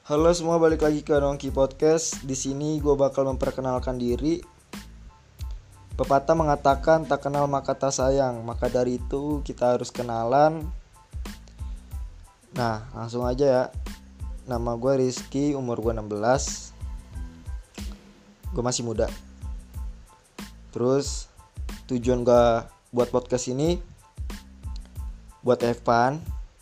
Halo semua, balik lagi ke Nongki Podcast. Di sini gue bakal memperkenalkan diri. Pepatah mengatakan tak kenal maka tak sayang. Maka dari itu kita harus kenalan. Nah, langsung aja ya. Nama gue Rizky, umur gue 16. Gue masih muda. Terus tujuan gue buat podcast ini buat have fun.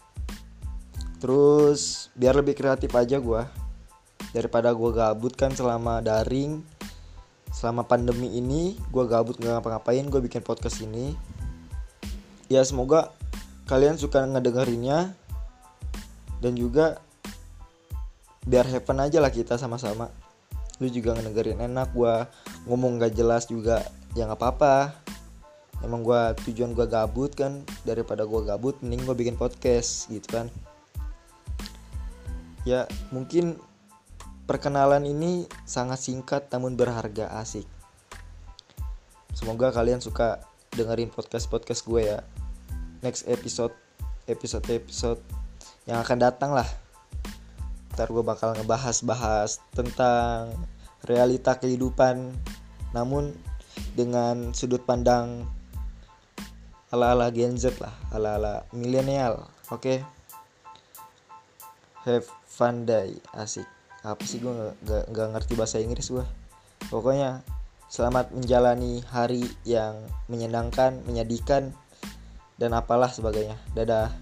Terus biar lebih kreatif aja gue, daripada gue gabut kan selama daring. Selama pandemi ini gue gabut gak ngapa-ngapain, gue bikin podcast ini. Ya semoga kalian suka ngedengerinnya. Dan juga biar have fun aja lah kita sama-sama. Lu juga ngedengerin enak, gue ngomong gak jelas juga ya gak apa-apa. Emang tujuan gue gabut kan, daripada gue gabut mending gue bikin podcast gitu kan. Ya mungkin perkenalan ini sangat singkat namun berharga, asik. Semoga kalian suka dengerin podcast gue ya. Next episode yang akan datang lah. Ntar gue bakal ngebahas tentang realita kehidupan, namun dengan sudut pandang ala-ala Gen Z lah, ala-ala milenial. Oke. Have fun day, asik. Apa sih, gue nggak ngerti bahasa Inggris gue. Pokoknya selamat menjalani hari yang menyenangkan, menyedihkan, dan apalah sebagainya. Dadah.